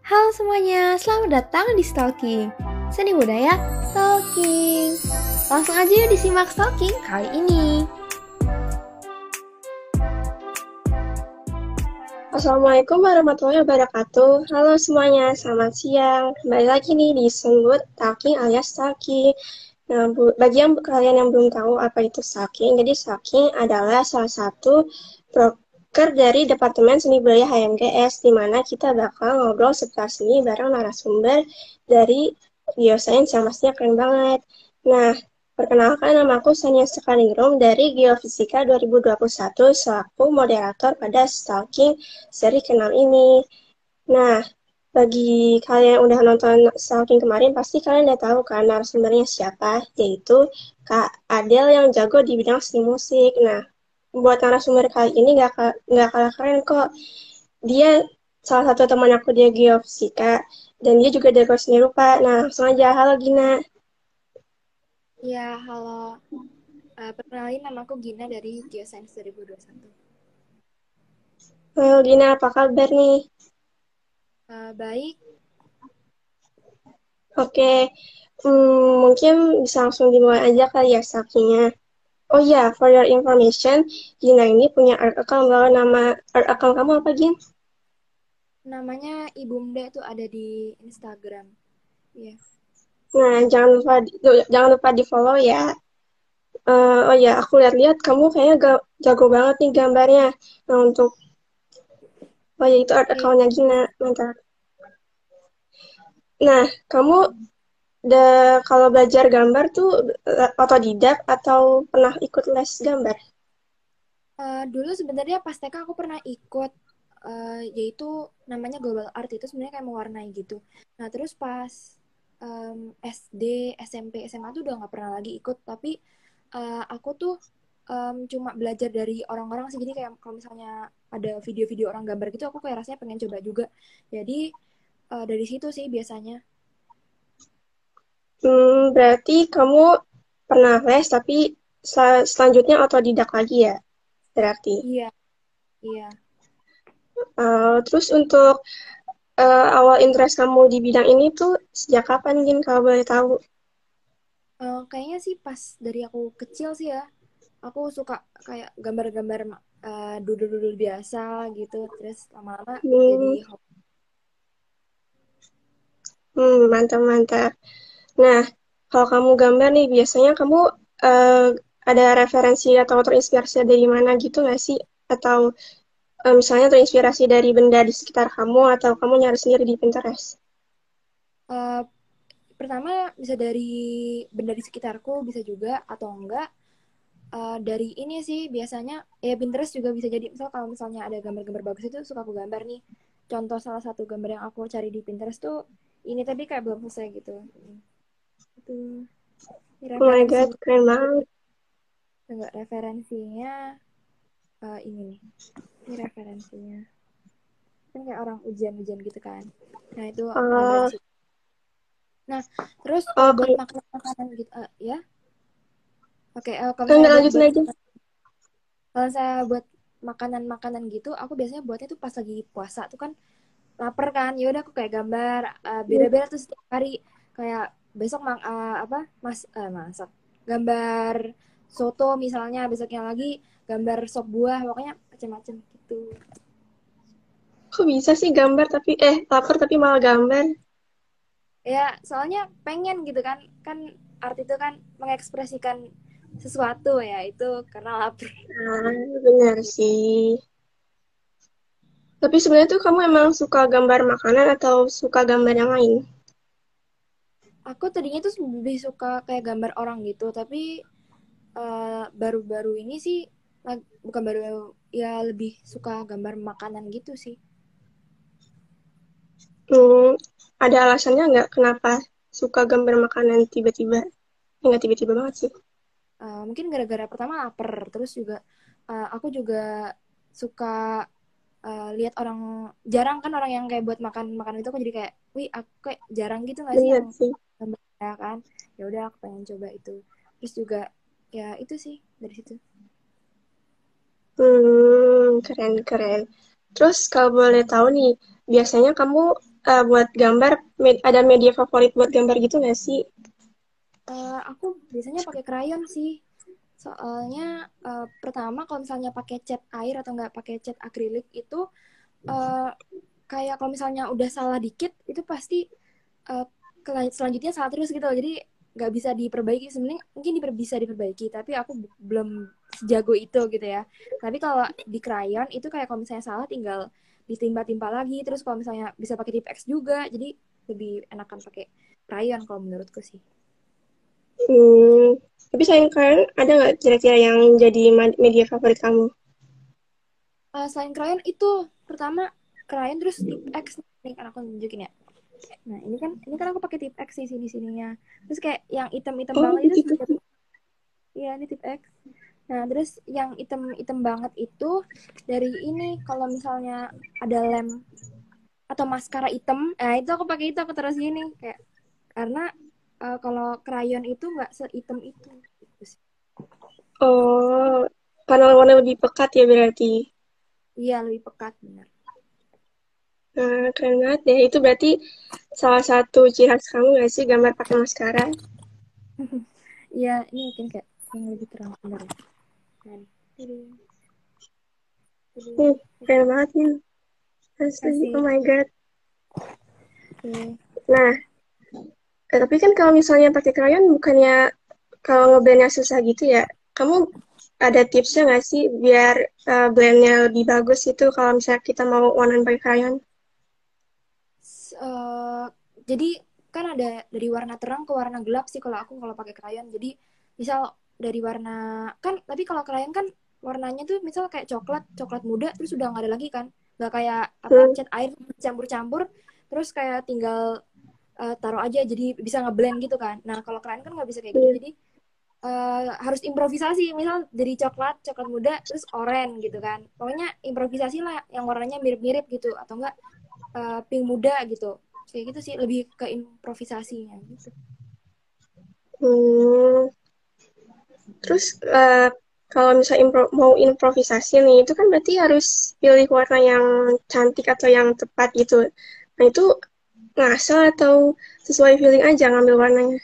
Halo semuanya, selamat datang di Stalking Seni Budaya Stalking. Langsung aja yuk disimak Stalking kali ini. Assalamualaikum warahmatullahi wabarakatuh. Halo semuanya, selamat siang. Kembali lagi nih di Sembut Talking alias Stalking. Nah, bagi kalian yang belum tahu apa itu Stalking, jadi Stalking adalah salah satu proker dari Departemen Seni Budaya HMGS, di mana kita bakal ngobrol seputar seni bareng narasumber dari Geosains yang pastinya keren banget. Nah, perkenalkan, nama aku Sania Sekaningrum dari Geofisika 2021 selaku moderator pada Stalking seri kenal ini. Nah, bagi kalian yang udah nonton Stalking kemarin, pasti kalian udah tahu kan narasumbernya siapa, yaitu Kak Adel yang jago di bidang seni musik. Nah, buat narasumber kali ini nggak kalah keren kok. Dia salah satu teman aku dia geofisika, dan dia juga jago seni rupa. Nah, langsung aja, halo Gina. Ya, halo. Perkenalin nama aku Gina dari Geoscience 2021. Halo Gina, apa kabar nih? Baik, Oke, mungkin bisa langsung dimulai aja kali ya sakinya. Oh iya, for your information, Gina ini punya art account. Bahwa nama art account kamu apa, Gin? namanya Ibunda itu ada di Instagram. Iya. Nah, jangan lupa di follow ya. Oh ya, aku lihat-lihat kamu kayaknya jago banget nih gambarnya. Nah, oh ya, itu art Oke. account-nya Gina. Mantap. Nah, kamu kalau belajar gambar tuh otodidak atau pernah ikut les gambar? Dulu sebenarnya pas TK aku pernah ikut yaitu namanya Global Art itu sebenarnya kayak mewarnai gitu. Nah terus pas SD, SMP, SMA tuh udah nggak pernah lagi ikut. Tapi aku tuh cuma belajar dari orang-orang sih. Jadi kayak kalau misalnya ada video-video orang gambar gitu, aku kayak rasanya pengen coba juga. Jadi dari situ sih biasanya. Berarti kamu pernah les tapi selanjutnya otodidak lagi ya, berarti. Iya, iya. Terus untuk awal interest kamu di bidang ini tuh sejak kapan, Gin, kalau boleh tahu? Kayaknya sih pas dari aku kecil sih ya. Aku suka kayak gambar-gambar dudul-dudul biasa gitu, terus lama-lama jadi Hmm, hobi. mantap-mantap. Nah, kalau kamu gambar nih, biasanya kamu eh, ada referensi atau terinspirasi dari mana gitu nggak sih? Atau misalnya terinspirasi dari benda di sekitar kamu, atau kamu nyari sendiri di Pinterest? Eh, Pertama bisa dari benda di sekitarku, bisa juga atau enggak dari ini sih biasanya ya Pinterest juga bisa jadi. Misal kalau misalnya ada gambar-gambar bagus itu suka aku gambar nih. Contoh salah satu gambar yang aku cari di Pinterest tuh ini tadi kayak belum selesai gitu. Itu ini Oh my referensi God, keren banget. enggak referensinya ini nih. Ini referensinya. Kan kayak orang ujian-ujian gitu kan. Nah, itu gambar Oh, di situ. Nah, terus buat oke. makanan-makanan gitu ya. Oke, kalau Enggak, misalnya buat lanjutin buat aja. kalau saya buat makanan-makanan gitu, aku biasanya buatnya tuh pas lagi puasa tuh kan lapar kan. Ya udah aku kayak gambar beda-beda tuh setiap hari kayak besok apa? Masak. Gambar soto misalnya, besoknya lagi gambar sop buah, pokoknya macam-macam gitu. Kok bisa sih gambar tapi lapar tapi malah gambar? Ya soalnya pengen gitu kan, kan art itu kan mengekspresikan sesuatu ya, itu karena lapar. Ah, benar sih. Tapi sebenarnya tuh kamu emang suka gambar makanan atau suka gambar yang lain? Aku tadinya tuh lebih suka kayak gambar orang gitu, tapi baru-baru ini sih bukan baru, ya lebih suka gambar makanan gitu sih. Hmm, ada alasannya nggak kenapa suka gambar makanan tiba-tiba? Nggak tiba-tiba banget sih. Mungkin gara-gara pertama lapar, terus juga aku juga suka lihat orang, jarang kan orang yang kayak buat makan makanan itu, aku jadi kayak wih aku kayak jarang gitu nggak sih yang Benar sih. gambar ya kan. Ya udah aku pengen coba itu, terus juga ya itu sih dari situ. Keren-keren. Terus kalau boleh tahu nih, biasanya kamu buat gambar, ada media favorit buat gambar gitu nggak sih? Aku biasanya pakai krayon sih. Soalnya pertama kalau misalnya pakai cat air atau nggak pakai cat akrilik itu eh, kayak kalau misalnya udah salah dikit itu pasti eh, selanjutnya salah terus gitu loh. Jadi nggak bisa diperbaiki. Sebenarnya mungkin bisa diperbaiki, tapi aku belum sejago itu gitu ya. Tapi kalau di krayon itu kayak kalau misalnya salah tinggal ditimpa-timpa lagi. Terus kalau misalnya bisa pakai tip X juga, jadi lebih enakan pakai krayon kalau menurutku sih. Hmm, tapi selain kalian, ada nggak kira-kira yang jadi media favorit kamu? Selain krayon itu pertama krayon terus tip X nih kan aku tunjukin ya. Nah ini kan aku pakai tip X sih sini sininya. Terus kayak yang item-item Oh, banget itu begitu. sebenarnya iya ini tip X. Nah terus yang item-item banget itu dari ini kalau misalnya ada lem atau maskara item, nah itu aku pakai itu aku terus gini kayak karena kalau krayon itu nggak seitem itu. Gitu sih. Oh, karena warna lebih pekat ya berarti. Iya lebih pekat benar. Nah, keren banget deh. Itu berarti salah satu ciri khas kamu nggak sih gambar pakai maskara? Iya ini mungkin kayak yang lebih terang benar ya. Kan. Jadi, Hmm, jadi, keren banget nih. Asli, kasih oh my God. oke. Nah, tapi kan kalau misalnya pakai krayon, bukannya kalau ngeblendnya susah gitu ya? Kamu ada tipsnya nggak sih biar blendnya lebih bagus itu kalau misalnya kita mau warnain pakai krayon? Eh, jadi kan ada dari warna terang ke warna gelap sih kalau pakai krayon. Jadi misal dari warna kan tapi kalau krayon kan warnanya tuh misal kayak coklat coklat muda terus udah nggak ada lagi kan nggak kayak apa Hmm, cat air campur-campur terus kayak tinggal taruh aja jadi bisa ngeblend gitu kan. Nah kalau krayon kan nggak bisa kayak gitu iya. jadi harus improvisasi misal dari coklat coklat muda terus oranye gitu kan pokoknya improvisasi lah yang warnanya mirip-mirip gitu atau enggak pink muda gitu kayak gitu sih lebih ke improvisasinya gitu. Hmm, terus kalau misalnya mau improvisasi nih, itu kan berarti harus pilih warna yang cantik atau yang tepat gitu. Nah, itu ngasal atau sesuai feeling aja ngambil warnanya?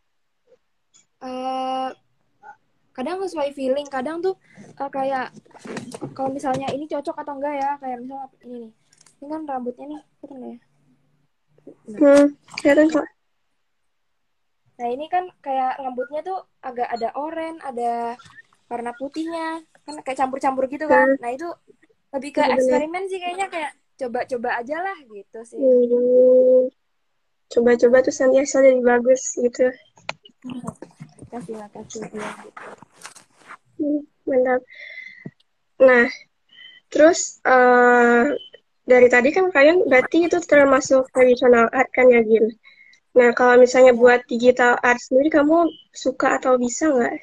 Eh, kadang sesuai feeling kadang tuh kayak kalau misalnya ini cocok atau enggak ya kayak misalnya ini nih ini kan rambutnya nih betul nggak ya. Bentar. Hmm, kelihatan kok. Nah ini kan kayak rambutnya tuh agak ada oranye ada warna putihnya kan kayak campur-campur gitu kan Nah, nah itu lebih ke benar-benar. eksperimen sih kayaknya kayak coba-coba aja lah gitu sih. Hmm, coba-coba Nah, terus nanti hasilnya jadi bagus gitu. kasih makasih ya gitu. Mantap. Nah, terus dari tadi kan kalian berarti itu termasuk traditional art kan ya, Gin? Nah, kalau misalnya Ya, buat digital art sendiri, kamu suka atau bisa nggak?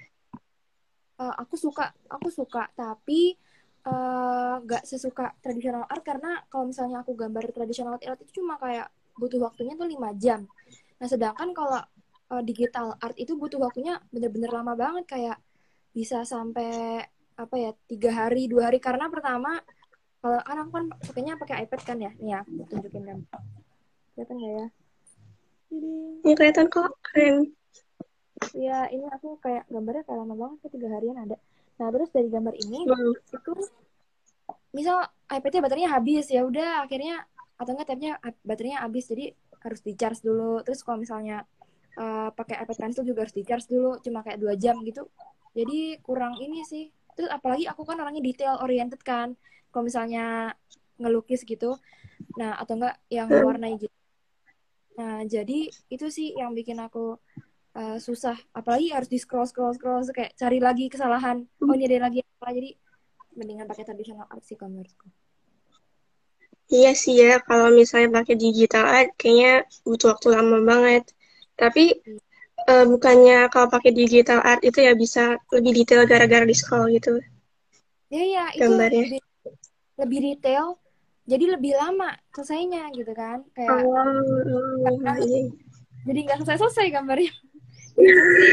aku suka tapi nggak sesuka traditional art karena kalau misalnya aku gambar traditional art itu cuma kayak butuh waktunya tuh 5 jam. Nah, sedangkan kalau digital art itu butuh waktunya bener-bener lama banget kayak bisa sampai apa ya 3 hari 2 hari karena pertama kalau kan aku kan pakainya pakai iPad kan ya nih ya aku tunjukin kan kelihatan nggak ya. Jadi Ini kelihatan kok, keren. ya ini aku kayak gambarnya kayak lama banget kayak 3 harian ada. Nah terus dari gambar ini Wow. itu misal iPad-nya baterainya habis ya udah akhirnya atau enggak tabnya baterainya habis jadi harus di charge dulu terus kalau misalnya pakai iPad pencil juga harus di charge dulu cuma kayak 2 jam gitu jadi kurang ini sih terus apalagi aku kan orangnya detail oriented kan kalau misalnya ngelukis gitu nah atau enggak yang Hmm. mewarnai gitu nah jadi itu sih yang bikin aku susah apalagi harus di scroll scroll scroll kayak cari lagi kesalahan oh ini ada lagi yang salah jadi mendingan pakai traditional art sih kalau menurutku. Iya sih ya, kalau misalnya pakai digital art, kayaknya butuh waktu lama banget. Tapi bukannya kalau pakai digital art itu ya bisa lebih detail gara-gara di scroll gitu Ya ya itu gambarnya. lebih detail, jadi lebih lama selesainya gitu kan. Kayak Oh, oh, kadang iya. jadi nggak selesai-selesai gambarnya. Gitu sih.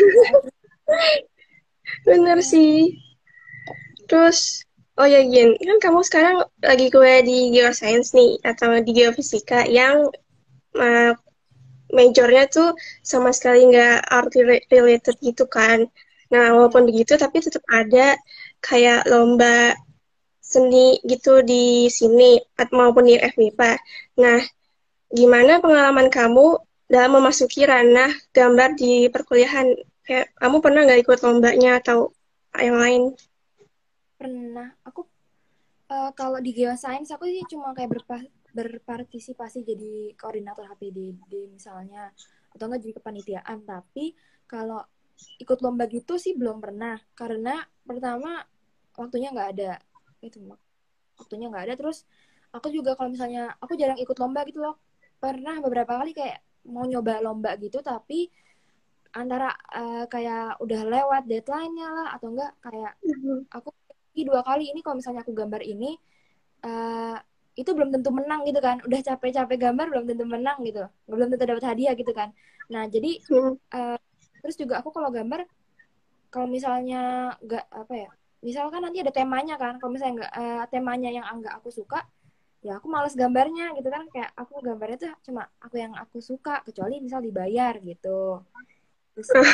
Bener Iya. sih. Terus, oh ya Gin, kan kamu sekarang lagi kuliah di geoscience nih, atau di geofisika yang uh, majornya tuh sama sekali nggak art related gitu kan. Nah, walaupun Ya, begitu, tapi tetap ada kayak lomba seni gitu di sini maupun di FMIPA. Nah, gimana pengalaman kamu dalam memasuki ranah gambar di perkuliahan? Kayak kamu pernah nggak ikut lombanya atau yang lain? pernah. Aku kalau di geoscience aku sih cuma kayak berpartisipasi jadi koordinator HPDD misalnya atau enggak jadi kepanitiaan. Tapi kalau ikut lomba gitu sih belum pernah karena pertama waktunya nggak ada itu waktunya nggak ada terus aku juga kalau misalnya aku jarang ikut lomba gitu loh pernah beberapa kali kayak mau nyoba lomba gitu tapi antara kayak udah lewat deadline-nya lah atau enggak kayak Mhm. aku dua kali ini kalau misalnya aku gambar ini uh, itu belum tentu menang gitu kan udah capek-capek gambar belum tentu menang gitu belum tentu dapat hadiah gitu kan nah jadi Hmm. uh, terus juga aku kalau gambar kalau misalnya nggak apa ya misalkan nanti ada temanya kan kalau misalnya nggak temanya yang enggak aku suka ya aku males gambarnya gitu kan kayak aku gambarnya tuh cuma aku yang aku suka kecuali misal dibayar gitu itu sih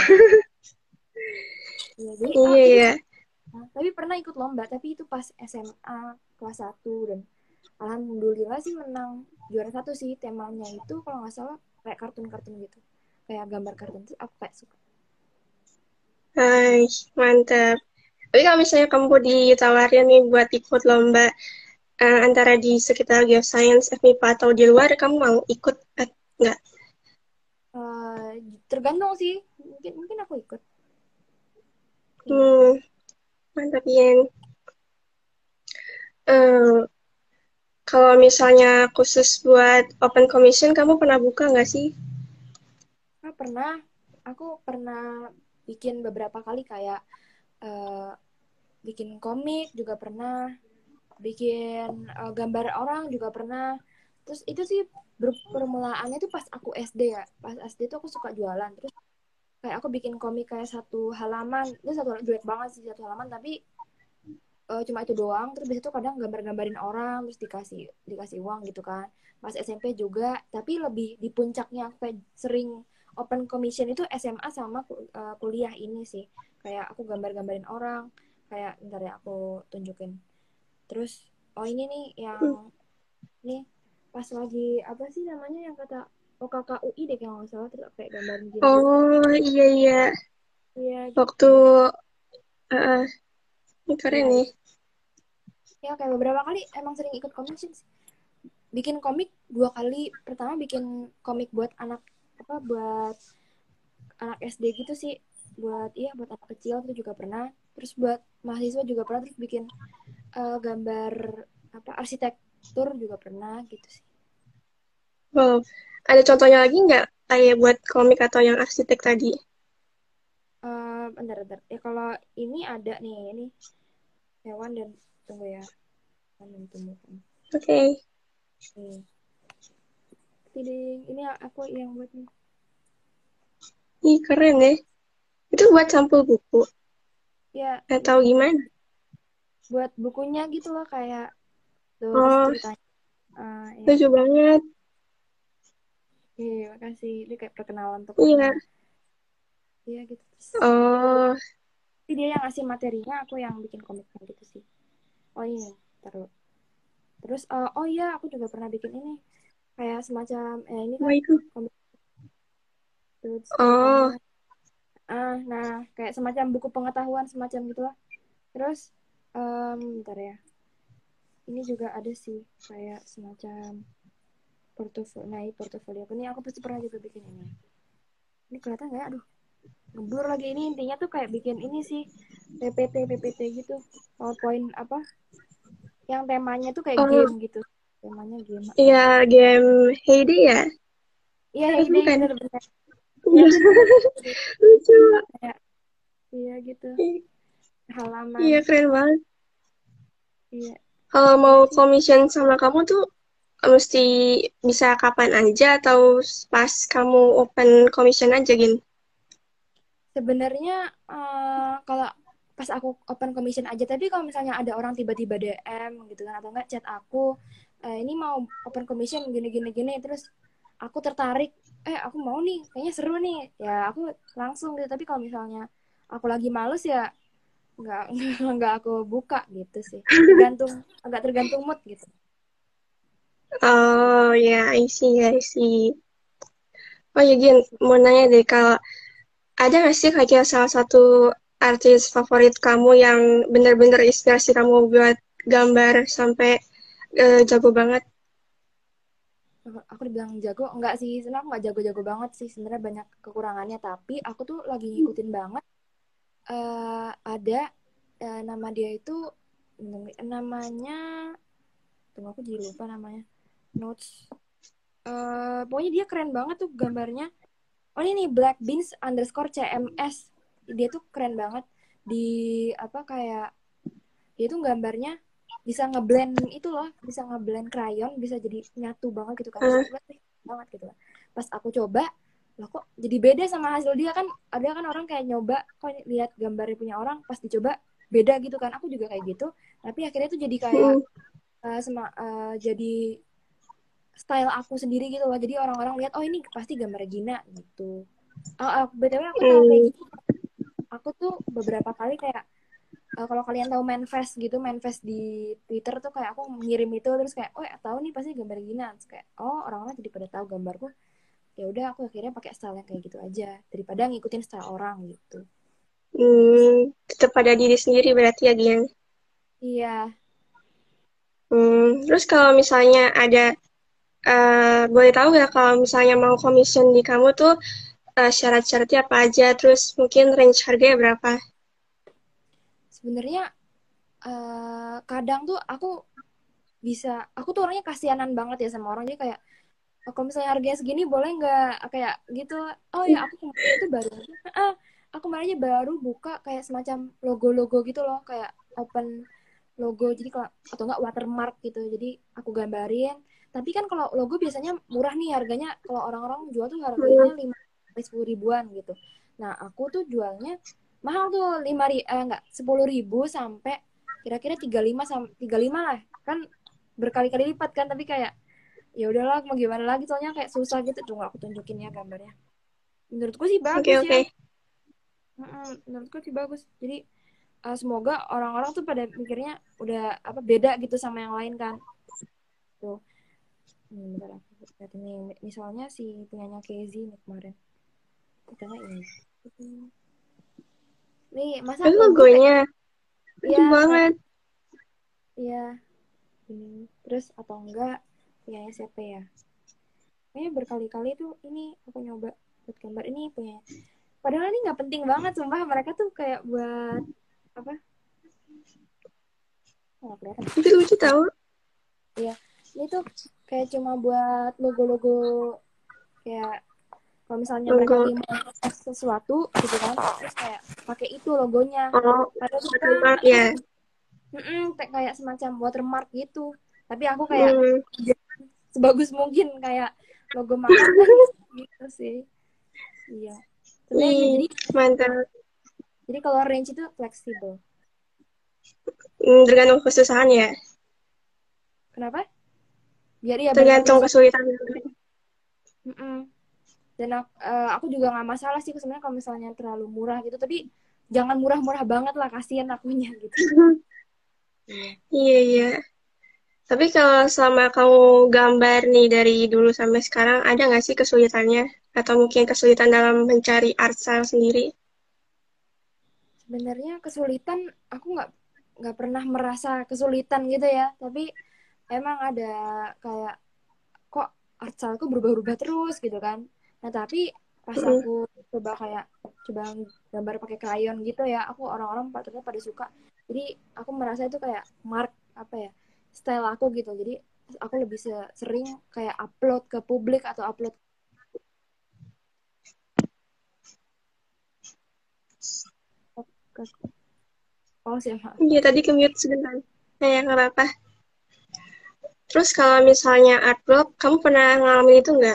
ya jadi Iya, itu iya. sih. Nah, tapi pernah ikut lomba tapi itu pas SMA kelas 1 dan alhamdulillah sih menang juara satu sih temanya itu kalau nggak salah kayak kartun-kartun gitu kayak gambar kartun tuh aku kayak suka. Hai, mantap. Tapi kalau misalnya kamu ditawarin nih buat ikut lomba antara di sekitar geoscience, FMIPA atau di luar, kamu mau ikut nggak? Eh, tergantung sih mungkin mungkin aku ikut iya. Hmm, mantap, Yen. Eh, Kalau misalnya khusus buat open commission, kamu pernah buka nggak sih? Pernah aku pernah bikin beberapa kali kayak eh, bikin komik juga pernah bikin gambar orang juga pernah terus itu sih permulaannya tuh pas aku SD ya pas SD tuh aku suka jualan terus kayak aku bikin komik kayak satu halaman itu satu jelek banget sih satu halaman tapi cuma itu doang terus biasanya tuh kadang gambar-gambarin orang terus dikasih dikasih uang gitu kan pas SMP juga tapi lebih di puncaknya aku kayak sering open commission itu SMA sama kuliah ini sih kayak aku gambar-gambarin orang kayak ntar ya aku tunjukin terus oh ini nih yang Hmm. nih pas lagi apa sih namanya yang kata OKKUI deh kalau nggak salah terus kayak gambarin gini-gini Oh, iya, iya. iya Waktu, gitu uh, ini keren iya nih. ya kayak beberapa kali emang sering ikut commission sih. Bikin komik dua kali pertama bikin komik buat anak apa buat anak SD gitu sih buat iya buat anak kecil itu juga pernah terus buat mahasiswa juga pernah terus bikin gambar apa arsitektur juga pernah gitu sih. Wow. Ada contohnya lagi nggak? Kayak buat komik atau yang arsitek tadi? Bentar ya kalau ini ada nih ini hewan dan tunggu ya hewan dan tumbuhan Oke. Okay. nih tiding ini aku yang buat nih Ih, keren deh. Itu buat sampul buku. ya Atau buat gimana? buat bukunya gitu loh kayak tuh terus Oh, ceritanya ya lucu banget. iya makasih ini kayak perkenalan tokohnya Iya. iya gitu terus Oh, jadi dia yang ngasih materinya aku yang bikin komiknya gitu sih oh iya terus terus oh iya aku juga pernah bikin ini kayak semacam ini apa kan itu? komik terus Oh, ceritanya nah kayak semacam buku pengetahuan semacam gitulah terus bentar ya ini juga ada sih kayak semacam portofolio nah ini portofolio aku ini aku pasti pernah juga bikin ini kelihatan nggak ya? Aduh ngeblur lagi ini intinya tuh kayak bikin ini sih PPT gitu PowerPoint apa yang temanya tuh kayak oh, game gitu temanya game iya game Heidi ya? iya Atau Heyday bukan? bener-bener ya Iya, bener-bener lucu. kayak iya gitu Iya, halaman keren banget. iya Kalau mau gitu sih commission sama kamu tuh mesti bisa kapan aja atau pas kamu open commission aja gin? sebenarnya kalau pas aku open commission aja tapi kalau misalnya ada orang tiba-tiba DM gitu kan atau enggak chat aku ini mau open commission gini gini gini terus aku tertarik, aku mau nih, kayaknya seru nih, ya aku langsung gitu. Tapi kalau misalnya aku lagi males ya nggak nggak aku buka gitu sih. Tergantung, agak tergantung mood gitu. Oh ya, I see, I see. Oh ya, Gin, mau nanya deh, kalau ada nggak sih kayak salah satu artis favorit kamu yang bener-bener inspirasi kamu buat gambar sampai jago banget? Aku dibilang jago enggak sih, sebenarnya aku nggak jago-jago banget sih, sebenarnya banyak kekurangannya. Tapi aku tuh lagi ngikutin banget, ada, nama dia itu, namanya, tunggu aku jadi lupa namanya, Notes, pokoknya dia keren banget tuh gambarnya. Oh ini nih, Black Beans underscore CMS, dia tuh keren banget di apa, kayak dia tuh gambarnya bisa ngeblend itu loh, bisa ngeblend krayon, bisa jadi nyatu banget gitu kan, terus Ah, aku lihat banget gitu kan. Pas aku coba, loh kok jadi beda sama hasil dia. Kan ada kan orang kayak nyoba, kok lihat gambarnya punya orang pas dicoba beda gitu kan. Aku juga kayak gitu, tapi akhirnya tuh jadi kayak, mm, jadi style aku sendiri gitu loh. Jadi orang-orang lihat, oh ini pasti gambar Gina gitu. BTW aku tahu kayak mm. gitu. Aku tuh beberapa kali kayak, kalau kalian tahu Manfest gitu, Manfest di Twitter tuh kayak aku ngirim itu, terus kayak, oh ya tahu nih pasti gambar Gina. Terus kayak, oh orang-orang jadi pada tahu gambarku. Ya udah aku akhirnya pakai style yang kayak gitu aja daripada ngikutin style orang gitu. Tetap pada diri sendiri berarti ya, Gian. Iya, Terus kalau misalnya ada, boleh tahu nggak kalau misalnya mau commission di kamu tuh syarat-syaratnya apa aja, terus mungkin range harganya berapa? sebenarnya, kadang tuh aku tuh orangnya kasianan banget ya sama orang. Jadi kayak, kalau misalnya harganya segini boleh nggak, kayak gitu. Oh ya, aku kemarin itu baru aja, aku kemarin aja baru buka kayak semacam logo-logo gitu loh, kayak open logo, jadi kalau atau enggak watermark gitu, jadi aku gambarin. Tapi kan kalau logo biasanya murah nih harganya, kalau orang-orang jual tuh harganya Hmm, 5 sampai 10 ribuan gitu. Nah aku tuh jualnya mahal tuh, enggak, 10 ribu sampai kira-kira 35 lah, kan berkali-kali lipat kan. Tapi kayak ya udahlah, mau gimana lagi, soalnya kayak susah gitu. Tunggu aku tunjukin ya gambarnya. Menurutku sih oke bagus ya. oke. Menurutku sih bagus. Jadi, semoga orang-orang tuh pada mikirnya udah apa, beda gitu sama yang lain kan. Tuh, bentar aku lihat ini. Misalnya si punyanya Casey nih kemarin. Katanya ini. Nih, masa Tapi logo kayak, logonya lucu ya kayak, banget. ya ini. Terus atau enggak punyanya siapa ya? Kayaknya berkali-kali tuh ini aku nyoba buat gambar ini punya. Padahal ini nggak penting banget, sumpah. Mereka tuh kayak buat apa? Oh, kelihatan. Itu lucu tau. Iya, ini tuh kayak cuma buat logo-logo, kayak kalau misalnya mereka Logo. lagi mau sesuatu gitu kan, terus kayak pakai itu logonya. Oh, Padahal kita, watermark ya. kayak semacam watermark gitu. Tapi aku kayak Hmm, sebagus mungkin kayak logo marketplace gitu sih. Iya. Sebenarnya ya, ih, mantap. jadi kalau range itu fleksibel. Tergantung kesusahan ya. Kenapa? Biar ya bergantung Tergantung kesukaan. kesulitan. Dan aku juga nggak masalah sih sebenarnya kalau misalnya terlalu murah gitu. Tapi jangan murah-murah banget lah, kasihan akunya gitu. Iya. Iya, iya. Tapi kalau selama kamu gambar nih dari dulu sampai sekarang, ada nggak sih kesulitannya? Atau mungkin kesulitan dalam mencari art style sendiri? Sebenarnya kesulitan, aku nggak pernah merasa kesulitan gitu ya. Tapi emang ada kayak, kok art styleku berubah-ubah terus gitu kan. Nah tapi pas Mm, aku coba kayak, coba gambar pakai krayon gitu ya, aku orang-orang ternyata pada suka. Jadi aku merasa itu kayak mark apa ya, style aku gitu. Jadi aku lebih sering kayak upload ke publik atau upload ke, oh siapa. Iya, tadi ke-mute sebentar. Nah, ya, nggak apa-apa. Terus kalau misalnya artwork, kamu pernah ngalamin itu nggak?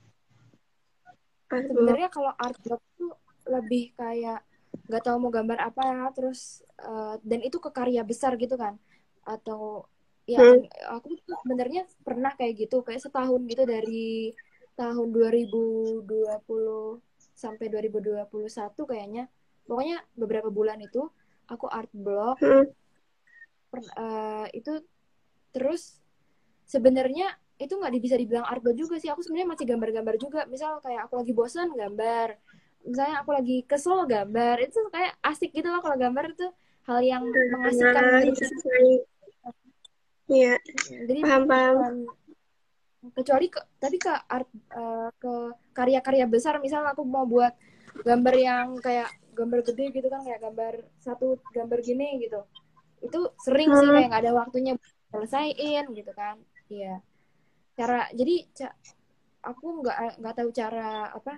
Artwork. Sebenarnya kalau artwork tuh lebih kayak nggak tahu mau gambar apa ya, terus, dan itu ke karya besar gitu kan, atau ya Hmm. aku tuh sebenarnya pernah kayak gitu, kayak setahun gitu dari tahun 2020 sampai 2021 kayaknya. Pokoknya beberapa bulan itu aku art block Hmm. itu terus sebenarnya itu nggak bisa dibilang art block juga sih. Aku sebenarnya masih gambar-gambar juga. Misal kayak aku lagi bosan gambar. Misalnya aku lagi kesel gambar. Itu kayak asik gitu loh kalau gambar itu hal yang mengasihkan Nah, menurut itu saya. sih. Iya, Jadi paham-paham. bukan kecuali tapi ke art ke karya-karya besar misal aku mau buat gambar yang kayak gambar gede gitu kan kayak gambar satu gambar gini gitu itu sering sih Hmm. kayak nggak ada waktunya selesaiin gitu kan iya jadi aku nggak tahu cara apa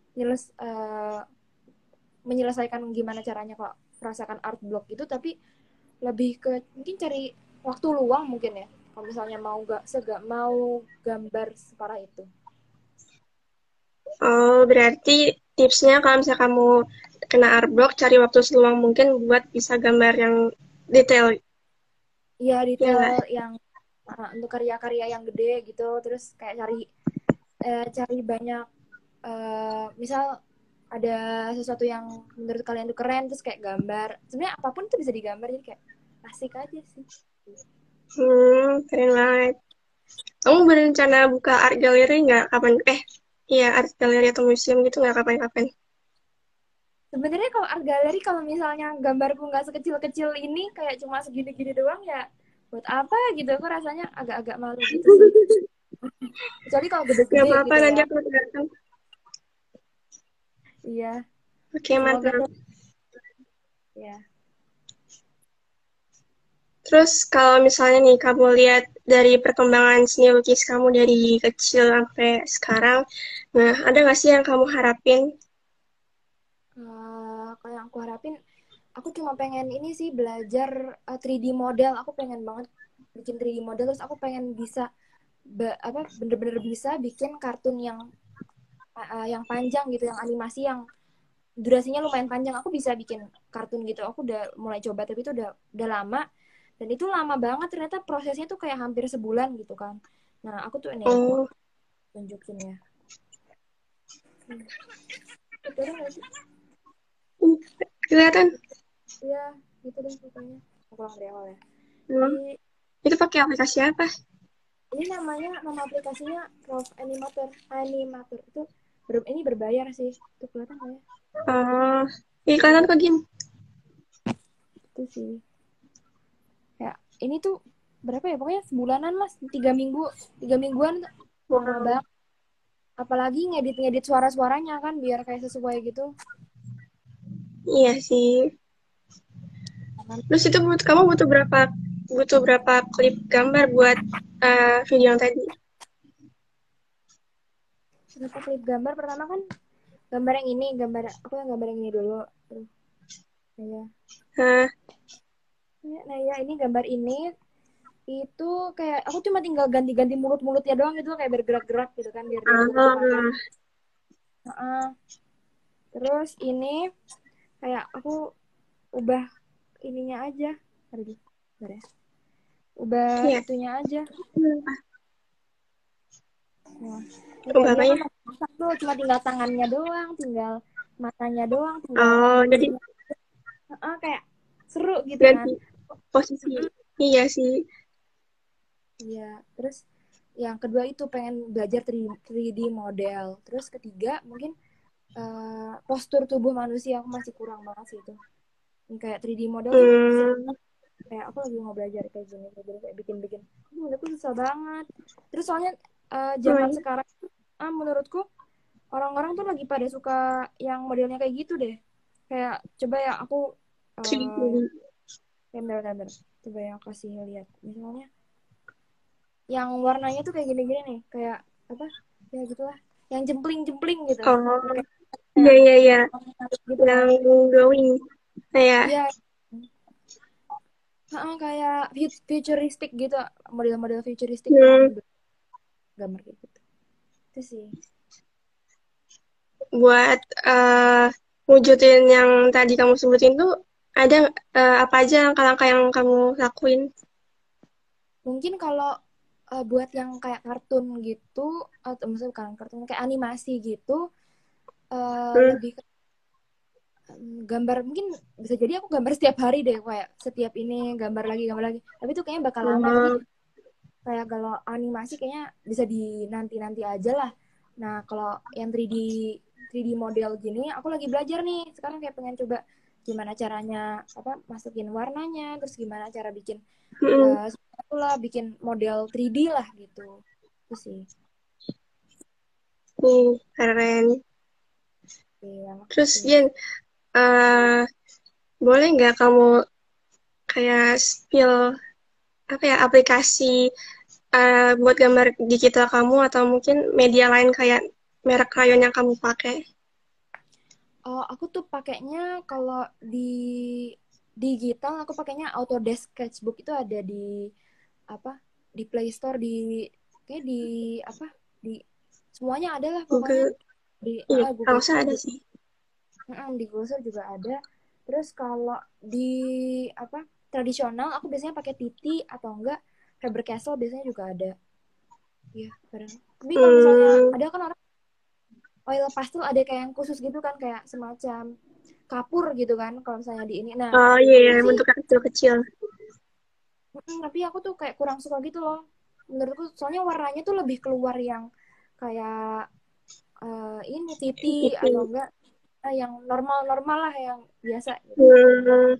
menyelesaikan gimana caranya kok merasakan art block itu tapi lebih ke mungkin cari waktu luang mungkin ya kalau misalnya mau mau gambar separah itu. Oh, berarti tipsnya kalau misalnya kamu kena art block, cari waktu seluang mungkin buat bisa gambar yang detail, Iya ya detail nggak? yang untuk karya-karya yang gede gitu terus kayak cari banyak misal ada sesuatu yang menurut kalian tuh keren terus kayak gambar sebenarnya apapun itu bisa digambar jadi kayak asik aja sih. Keren banget. Kamu berencana buka art gallery nggak kapan? Iya, art gallery atau museum gitu nggak kapan-kapan? Sebenarnya kalau art gallery kalau misalnya gambarku nggak sekecil-kecil ini kayak cuma segini-gini doang ya buat apa gitu aku rasanya agak-agak malu gitu sih kecuali kalau Nggak gede-gede apa-apa, gitu nanti ya aku datang. iya Oke, semoga mantap. deh ya. Terus kalau misalnya nih kamu lihat dari perkembangan seni lukis kamu dari kecil sampai sekarang, nah ada nggak sih yang kamu harapin? Kalau yang aku harapin aku cuma pengen ini sih belajar 3D model aku pengen banget bikin 3D model terus aku pengen bisa bener-bener bisa bikin kartun yang panjang gitu yang animasi yang durasinya lumayan panjang aku bisa bikin kartun gitu aku udah mulai coba tapi itu udah lama dan itu lama banget ternyata prosesnya tuh kayak hampir sebulan gitu kan nah aku tuh ini Oh, tunjukin ya. Itu ada nggak sih uh, kelihatan. iya gitu deh pokoknya aku ulang dari awal ya Hmm, di itu pakai aplikasi apa? ini nama aplikasinya Rough Animator itu ini berbayar sih itu kelihatan nggak ya Oh, iya itu kelihatan kok Gin. itu sih ya ini tuh berapa ya pokoknya sebulanan lah 3 mingguan lama Wow. banget apalagi ngedit-ngedit suara-suaranya kan biar kayak sesuai gitu. Iya sih. Terus itu kamu butuh berapa klip gambar buat video yang tadi? Berapa klip gambar pertama kan gambar yang ini gambar yang ini dulu terus ya Nah, nah ya ini gambar ini itu kayak aku cuma tinggal ganti-ganti mulut-mulutnya doang gitu kayak bergerak-gerak gitu kan biar dia juga kepake. ah, Terus ini kayak aku ubah ininya aja. Aduh, bentar ya. Ubah iya. itunya aja. Hmm, Nah, ini kayak ubah dia kan apanya? masih masak tuh, cuma tinggal tangannya doang, tinggal matanya doang, tinggal Oh, jadi ininya. Kayak seru gitu kan. ganti posisi. Iya sih. Iya, terus yang kedua itu pengen belajar 3D model. Terus ketiga mungkin postur tubuh manusia aku masih kurang banget sih itu. Yang kayak 3D model tuh Hmm, kayak aku lagi mau belajar kayak gini jadi kayak bikin-bikin menurutku susah banget terus soalnya oh, zaman iya. sekarang menurutku orang-orang tuh lagi pada suka yang modelnya kayak gitu deh kayak coba ya aku uh, 3D. gambar coba ya aku kasih lihat misalnya yang warnanya tuh kayak gini-gini nih kayak apa ya gitulah yang jempling-jempling gitu yang Oh, kayak iya, kayak iya, iya. gitu Yang kan glowing. Kayak, iya kayak futuristik gitu model-model futuristik tuh aku hmm, gambar kayak gitu itu sih buat wujudin yang tadi kamu sebutin tuh, apa aja langkah-langkah yang kamu lakuin? mungkin kalau buat yang kayak kartun gitu, atau maksudnya bukan kartun, kayak animasi gitu, Hmm. lebih ke gambar. Mungkin bisa jadi aku gambar setiap hari deh, kayak setiap ini gambar lagi, tapi itu kayaknya bakal lama. Jadi Hmm. kayak kalau animasi kayaknya bisa di nanti aja lah. Nah kalau yang 3D model gini aku lagi belajar nih sekarang, kayak pengen coba gimana caranya apa masukin warnanya, terus gimana cara bikin Hmm. lah bikin model 3D lah gitu. Itu sih. Keren. Iya, Terus makasih. Jen, eh boleh nggak kamu kayak spill apa ya aplikasi buat gambar digital kamu atau mungkin media lain kayak merek krayon yang kamu pakai? Oh, aku tuh pakainya kalau di digital aku pakainya Autodesk Sketchbook. Itu ada di apa, di Play Store, di kayak di apa, di semuanya ada lah pokoknya. Google, Di iya, kalau Google saya Store ada juga. sih. Di Google Store juga ada. Terus kalau di apa, tradisional aku biasanya pakai Titi atau enggak Faber Castell biasanya juga ada. Iya, kadang. Tapi kalau misalnya Hmm. ada kan orang oil pastel ada kayak yang khusus gitu kan, kayak semacam kapur gitu kan kalau misalnya di ini. Nah, Oh iya, iya, itu sih. bentuknya kecil-kecil. Tapi aku tuh kayak kurang suka gitu loh. Menurutku soalnya warnanya tuh lebih keluar yang kayak ini titi Gitu. atau enggak yang normal-normal lah, yang biasa gitu. Hmm.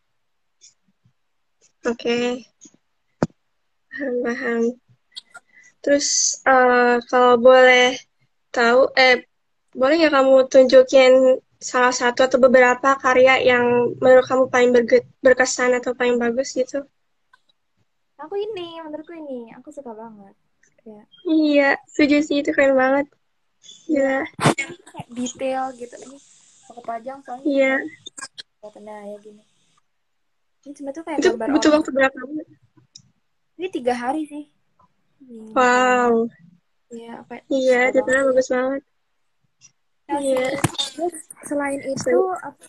Oke, paham-paham. Terus kalau boleh tahu, boleh nggak kamu tunjukin salah satu atau beberapa karya yang menurut kamu paling berkesan atau paling bagus gitu? Aku ini, menurutku ini, aku suka banget. Kayak, Iya, setuju sih itu keren banget. ya, Gila. kayak detail gitu. Ini aku pajang soalnya ini Iya, buat ya gini. Ini cuma tuh kayak itu gambar butuh orang. waktu berapa lama? Ini 3 hari sih. Ini bakalannya. Wow, Ya, apa iya, suka banget. detailnya bagus banget. Ya sih. Iya, Terus selain itu, so,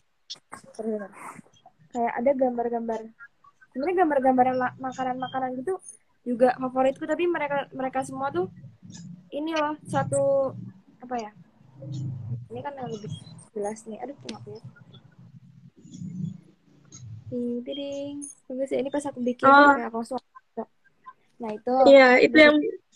kayak ada gambar-gambar. Sebenarnya gambar-gambar makanan-makanan gitu juga favoritku, tapi mereka mereka semua tuh ini loh satu apa ya? Ini kan yang lebih jelas nih. Aduh, nggak ya. Ting, ting. Bagus ya. Ini pas aku bikin oh kayak aku suka. Nah itu iya, itu di yang sini.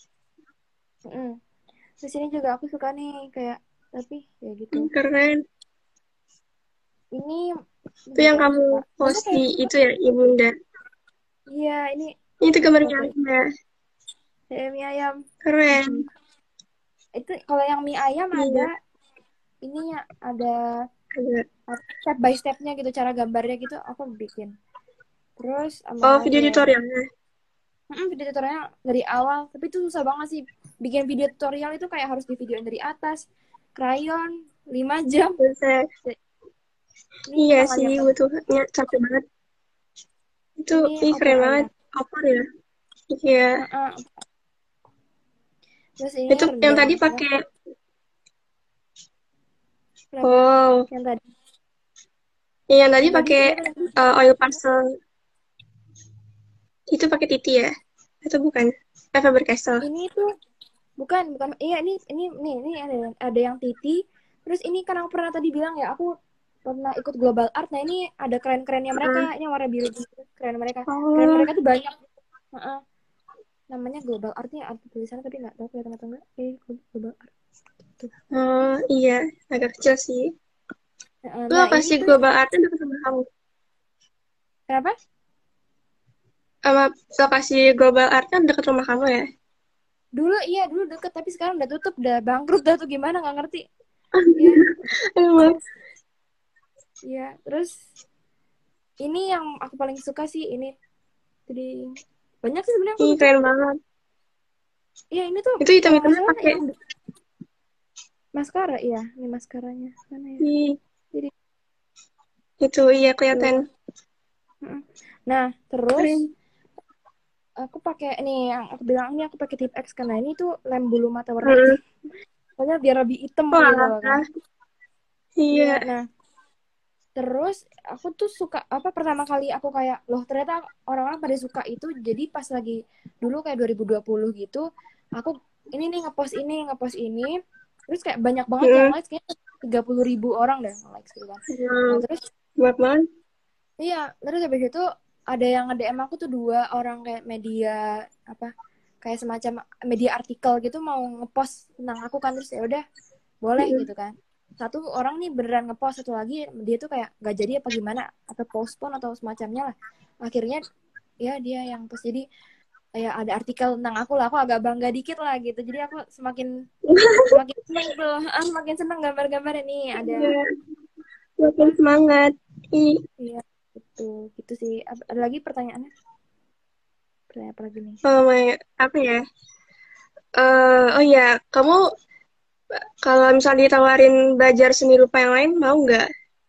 Di sini juga aku suka nih kayak, tapi ya gitu. keren. Ini Itu juga yang aku kamu suka. Banyak post kayak di aku suka. itu ya, Ibunda. Iya, ini Itu gambarnya foto Ibunda. mie ayam. Keren. Itu kalau yang mie ayam Iya, ada ininya, ada ada. step by stepnya gitu, cara gambarnya gitu aku bikin. Terus sama Oh, video kayak tutorialnya. video tutorial dari awal, tapi itu susah banget sih bikin video tutorial. Itu kayak harus di videoin dari atas, krayon 5 jam. Terus Ini iya sih, namanya butuhnya capek banget. Itu, ini ih opor keren banget. ayam. Opor ya? Iya. Terus ini Itu yang tadi rendangnya. pakai, Kenapa? oh, Yang tadi. yang tadi Yang tadi pakai ini apa tadi? oil pastel. Itu pakai titi ya? Atau bukan? Faber Castell. Ini tuh bukan. Iya, ini ada yang titi. Terus ini kan aku pernah tadi bilang ya, aku pernah ikut Global Art. Nah, ini ada keren-kerennya mereka. Heeh. Ini warna biru gitu. Keren mereka. Keren Oh, mereka tuh banyak. Heeh. Namanya Global Art nih, ada tulisannya tapi nggak tahu kelihatan atau enggak. Global Art. Tuh. oh iya, agak kecil sih. Itu Nah, ini lokasi tuh Global Art dekat sama kamu. kenapa? Sama lokasi Global Art kan dekat rumah kamu ya? Dulu deket, tapi sekarang udah tutup, udah bangkrut dah tuh, gimana nggak ngerti. Ya, Emang. ya. Terus ini yang aku paling suka sih ini. Jadi banyak sih sebenarnya aku Ih, suka. keren banget. Iya, ini tuh Itu kalau nggak hitam-hitamnya salah pakai yang maskara. Iya, ini maskaranya mana ya. ih, Jadi itu iya tuh. kelihatan. Nah, terus Keren. aku pakai nih yang aku bilang, ini aku pakai tip X karena ini tuh lem bulu mata warna Hmm. hitam. Pokoknya biar lebih hitam gitu loh kan. Wah, Iya, iya. nah Terus aku tuh suka apa pertama kali aku kayak loh ternyata orang-orang pada suka itu jadi pas lagi dulu kayak 2020 gitu aku ini nih ngepost ini terus kayak banyak banget yang Hmm. likes kayak 30.000 orang deh yang likes gitu kan. Nah terus Buat banget. iya terus habis itu ada yang nge-DM aku tuh dua orang kayak media apa kayak semacam media artikel gitu mau ngepost tentang aku kan terus ya udah boleh gitu kan satu orang nih beneran ngepost satu lagi dia tuh kayak nggak jadi apa gimana atau postpone atau semacamnya lah akhirnya ya dia yang post jadi ya ada artikel tentang aku lah aku agak bangga dikit lah gitu jadi aku semakin semakin seneng tuh semakin seneng gambar-gambar ini ada Iya, apa makin semangat. Ih, iya gitu gitu sih ada lagi pertanyaannya pertanyaan apa lagi nih oh my, apa ya? Oh ya, kamu kalau misalnya ditawarin belajar seni rupa yang lain, mau nggak?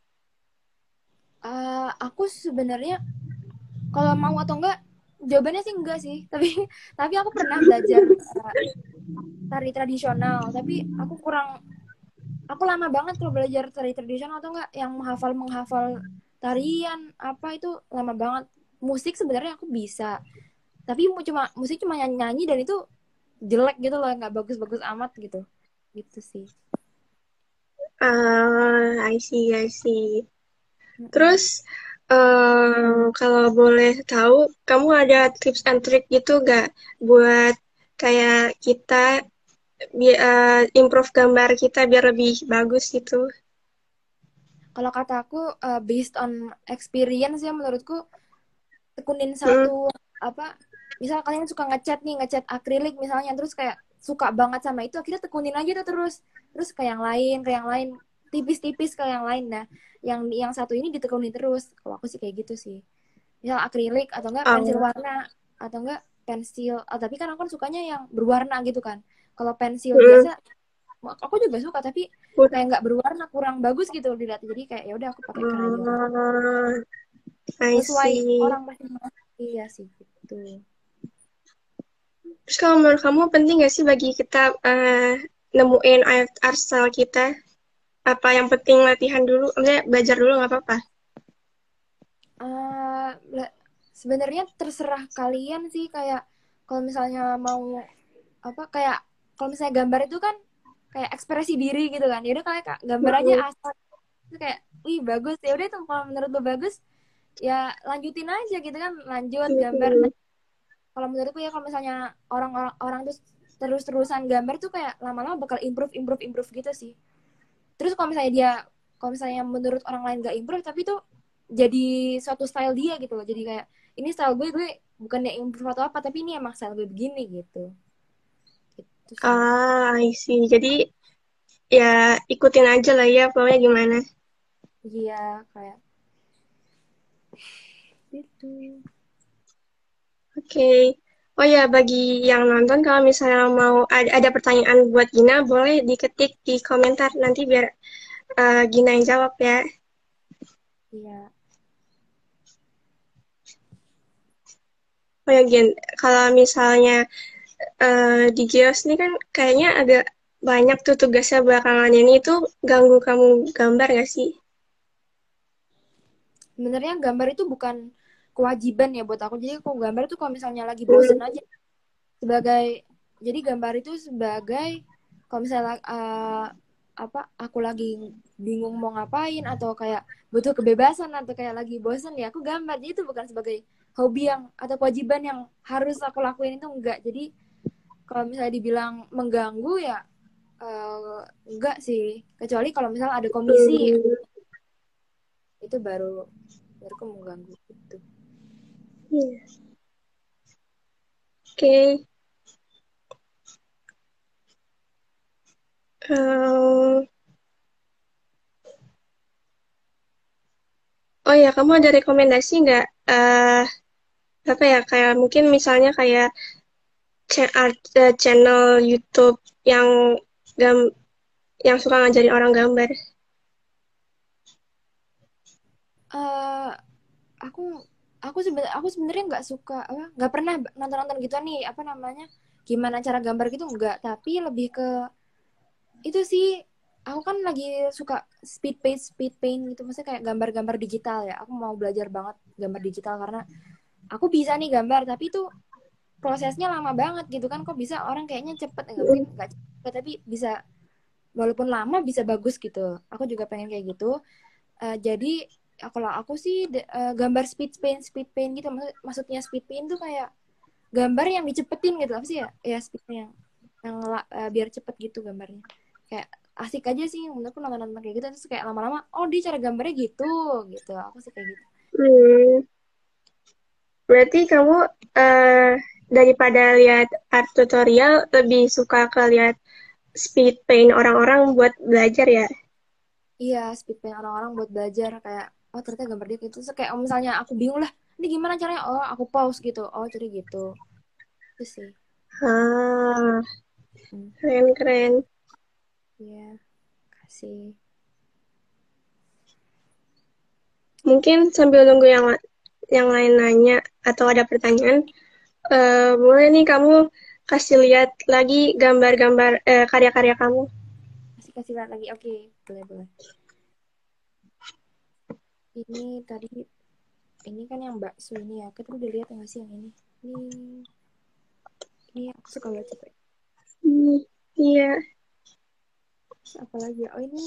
Aku sebenarnya kalau mau atau enggak jawabannya sih enggak sih tapi tapi aku pernah belajar tari tradisional tapi aku lama banget kalau belajar tari tradisional atau enggak yang menghafal tarian apa itu lama banget musik sebenarnya aku bisa tapi musik cuma nyanyi nyanyi dan itu jelek gitu loh nggak bagus-bagus amat gitu gitu sih. Ah, I see, I see. Mm-mm. Terus, kalau boleh tahu, kamu ada tips and trick gitu nggak buat kayak kita improve gambar kita biar lebih bagus gitu? Kalau kata aku based on experience ya menurutku tekunin Hmm. satu apa misal kalian suka ngecat nih ngecat akrilik misalnya terus kayak suka banget sama itu akhirnya tekunin aja tuh terus terus ke yang lain tipis-tipis ke yang lain nah yang satu ini ditekunin terus kalau aku sih kayak gitu sih misal akrilik atau enggak pensil Oh. warna atau enggak pensil tapi kan aku kan sukanya yang berwarna gitu kan kalau pensil Hmm. biasa aku juga suka tapi kayak nggak berwarna kurang bagus gitu dilihat jadi kayak ya udah aku pakai kan aja lah Oh, I sesuai see. orang masing-masing iya sih gitu. Terus kalau menurut kamu penting nggak sih bagi kita nemuin art style kita? Apa yang penting latihan dulu? Maksudnya belajar dulu nggak apa-apa? Eh, sebenarnya terserah kalian sih kayak kalau misalnya mau apa kayak kalau misalnya gambar itu kan kayak ekspresi diri gitu kan. Ya udah kayak gambar aja Hmm. asal itu kayak wih bagus ya udah itu kalau menurut lo bagus ya lanjutin aja gitu kan lanjut gambar. Nah, kalau menurutku ya kalau misalnya orang-orang orang tuh terus-terusan gambar tuh kayak lama-lama bakal improve improve improve gitu sih. Terus kalau misalnya menurut orang lain gak improve tapi tuh jadi suatu style dia gitu loh jadi kayak ini style gue bukannya improve atau apa tapi ini emang style gue begini gitu gitu sih Ah, I see. Jadi ya ikutin aja lah ya, pokoknya gimana. iya kayak gitu. Oke. Oh ya, bagi yang nonton, kalau misalnya mau ada pertanyaan buat Gina, boleh diketik di komentar nanti biar Gina yang jawab ya. Iya. Oh ya, Gen, kalau misalnya di Geos ini kan kayaknya agak banyak tuh tugasnya belakangan ini itu ganggu kamu gambar gak sih? Sebenarnya gambar itu bukan kewajiban ya buat aku jadi aku gambar itu kalau misalnya lagi bosen Hmm. aja sebagai jadi gambar itu sebagai kalau misalnya apa aku lagi bingung mau ngapain atau kayak butuh kebebasan atau kayak lagi bosen ya aku gambar jadi itu bukan sebagai hobi yang atau kewajiban yang harus aku lakuin itu enggak jadi kalau misalnya dibilang mengganggu ya enggak sih kecuali kalau misalnya ada komisi Hmm. itu baru aku mengganggu gitu. Iya. Oke. Em, oh ya, kamu ada rekomendasi nggak? Apa ya? Kayak mungkin misalnya kayak channel YouTube yang gam yang suka ngajarin orang gambar. eh aku aku sebenarnya nggak suka apa nggak pernah nonton nonton gitu nih apa namanya gimana cara gambar gitu nggak tapi lebih ke itu sih aku kan lagi suka speed paint gitu, maksudnya kayak gambar-gambar digital ya. Aku mau belajar banget gambar digital karena aku bisa nih gambar, tapi itu prosesnya lama banget gitu kan. Kok bisa orang kayaknya cepet, nggak mungkin nggak cepet, tapi bisa walaupun lama bisa bagus gitu. Aku juga pengen kayak gitu. Jadi kalau aku sih gambar speed paint gitu. Maksudnya speed paint tuh kayak gambar yang dicepetin gitu apa sih ya? Ya speed paint biar cepet gitu gambarnya. Kayak asik aja sih menurutku nonton-nonton kayak gitu terus kayak lama-lama oh dia cara gambarnya gitu gitu. Aku sih kayak gitu. Hmm, berarti kamu eh, daripada lihat art tutorial lebih suka ke lihat speed paint orang-orang buat belajar ya? Iya, speed paint orang-orang buat belajar kayak oh ternyata gambar dia gitu. Terus kayak misalnya aku bingung lah, ini gimana caranya? Oh, aku pause gitu. Oh, jadi gitu. Itu sih. Ah, Hmm. keren-keren. Iya, kasih. Mungkin sambil nunggu yang lain nanya atau ada pertanyaan, boleh nih kamu kasih lihat lagi gambar-gambar karya-karya kamu. Kasih kasih lihat lagi. Oke, boleh boleh. Ini tadi ini kan yang bakso ini ya. Kita udah lihat nggak sih yang ini? Ini aku suka banget cepet. Hmm, iya. Terus apa lagi ya? Oh ini.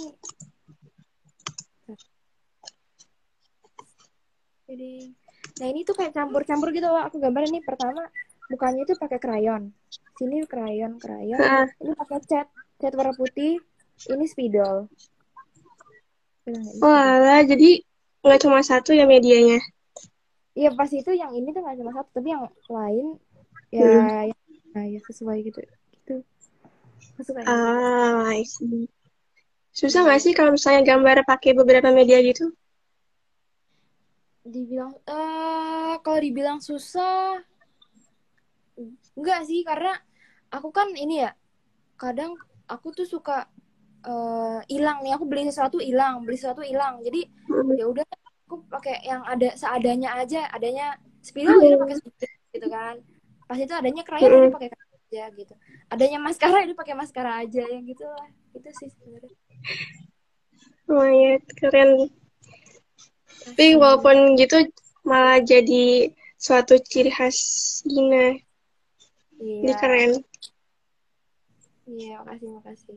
Jadi, nah ini tuh kayak campur-campur gitu loh. Aku gambar ini pertama mukanya itu pakai krayon. Sini krayon. Ah, Ini pakai cat warna putih. Ini spidol. Bilang nggak ini oh spidol. alah, jadi nggak cuma satu ya medianya. Iya pas itu yang ini tuh nggak cuma satu, tapi yang lain ya, Hmm. nah, ya sesuai gitu. Gitu. Aku suka yang gitu. Ah, I see. Susah nggak Iya. sih kalau misalnya gambar pakai beberapa media gitu? Kalau dibilang susah, enggak sih karena aku kan ini ya kadang aku tuh suka hilang nih aku beli sesuatu hilang jadi Hmm. ya udah aku pakai yang ada seadanya aja adanya spidol jadi pakai Hmm. spidol gitu kan pas itu adanya krayon jadi Hmm. pakai krayon aja gitu adanya maskara jadi pakai maskara aja yang gitu lah itu sih sebenarnya Lumayan keren. Tapi kasih walaupun gitu malah jadi suatu ciri khas Gina. Jadi iya keren. iya makasih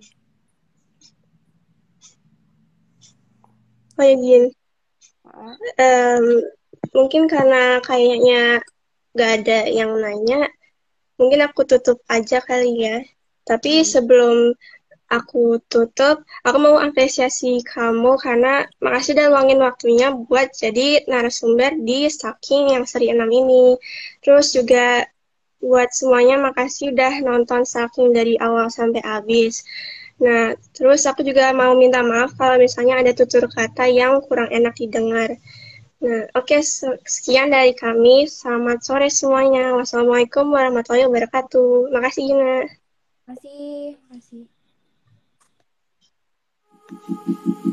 Oh ya, Gin. Maaf. Em, mungkin karena kayaknya gak ada yang nanya, mungkin aku tutup aja kali ya. Tapi Hmm. sebelum aku tutup, aku mau apresiasi kamu karena makasih udah luangin waktunya buat jadi narasumber di Stalking yang seri 6 ini. Terus juga buat semuanya makasih udah nonton Stalking dari awal sampai habis. Nah, terus aku juga mau minta maaf kalau misalnya ada tutur kata yang kurang enak didengar. Nah, oke, sekian dari kami. Selamat sore semuanya. Wassalamualaikum warahmatullahi wabarakatuh. Makasih, Gina. Makasih